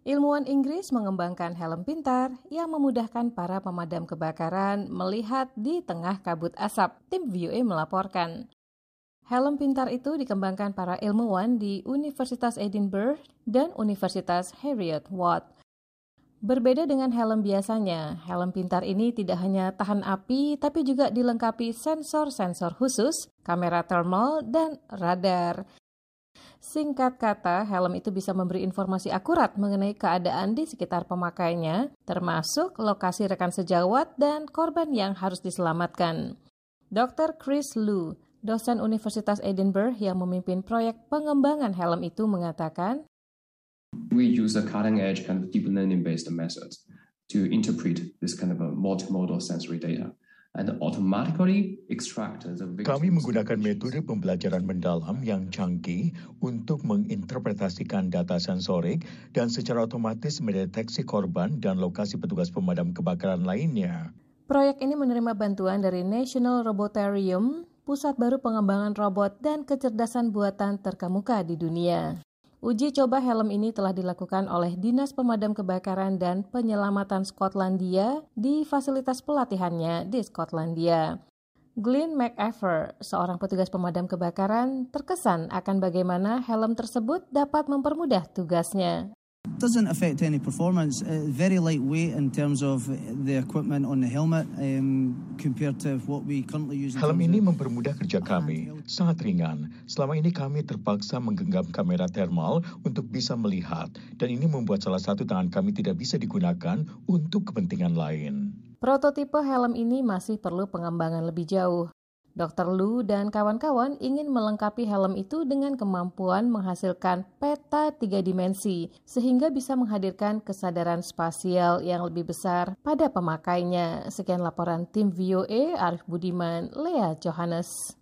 Ilmuwan Inggris mengembangkan helm pintar yang memudahkan para pemadam kebakaran melihat di tengah kabut asap, tim VOA melaporkan. Helm pintar itu dikembangkan para ilmuwan di Universitas Edinburgh dan Universitas Heriot-Watt. Berbeda dengan helm biasanya, helm pintar ini tidak hanya tahan api, tapi juga dilengkapi sensor-sensor khusus, kamera thermal, dan radar. Singkat kata, helm itu bisa memberi informasi akurat mengenai keadaan di sekitar pemakainya, termasuk lokasi rekan sejawat dan korban yang harus diselamatkan. Dr. Chris Lu, dosen Universitas Edinburgh yang memimpin proyek pengembangan helm itu mengatakan, We use a cutting-edge kind of deep learning-based methods to interpret this kind of a multimodal sensory data and automatically extract the victims. Kami menggunakan metode pembelajaran mendalam yang canggih untuk menginterpretasikan data sensorik dan secara otomatis mendeteksi korban dan lokasi petugas pemadam kebakaran lainnya. Proyek ini menerima bantuan dari National Robotharium, pusat baru pengembangan robot dan kecerdasan buatan terkemuka di dunia. Uji coba helm ini telah dilakukan oleh Dinas Pemadam Kebakaran dan Penyelamatan Skotlandia di fasilitas pelatihannya di Skotlandia. Glyn McEver, seorang petugas pemadam kebakaran, terkesan akan bagaimana helm tersebut dapat mempermudah tugasnya. Doesn't affect any performance. Very lightweight in terms of the equipment on the helmet compared to what we currently use. Helm ini mempermudah kerja kami, sangat ringan. Selama ini kami terpaksa menggenggam kamera thermal untuk bisa melihat, dan ini membuat salah satu tangan kami tidak bisa digunakan untuk kepentingan lain. Prototipe helm ini masih perlu pengembangan lebih jauh. Dr. Lu dan kawan-kawan ingin melengkapi helm itu dengan kemampuan menghasilkan peta 3 dimensi, sehingga bisa menghadirkan kesadaran spasial yang lebih besar pada pemakainya. Sekian laporan tim VOA, Arif Budiman, Lea Johannes.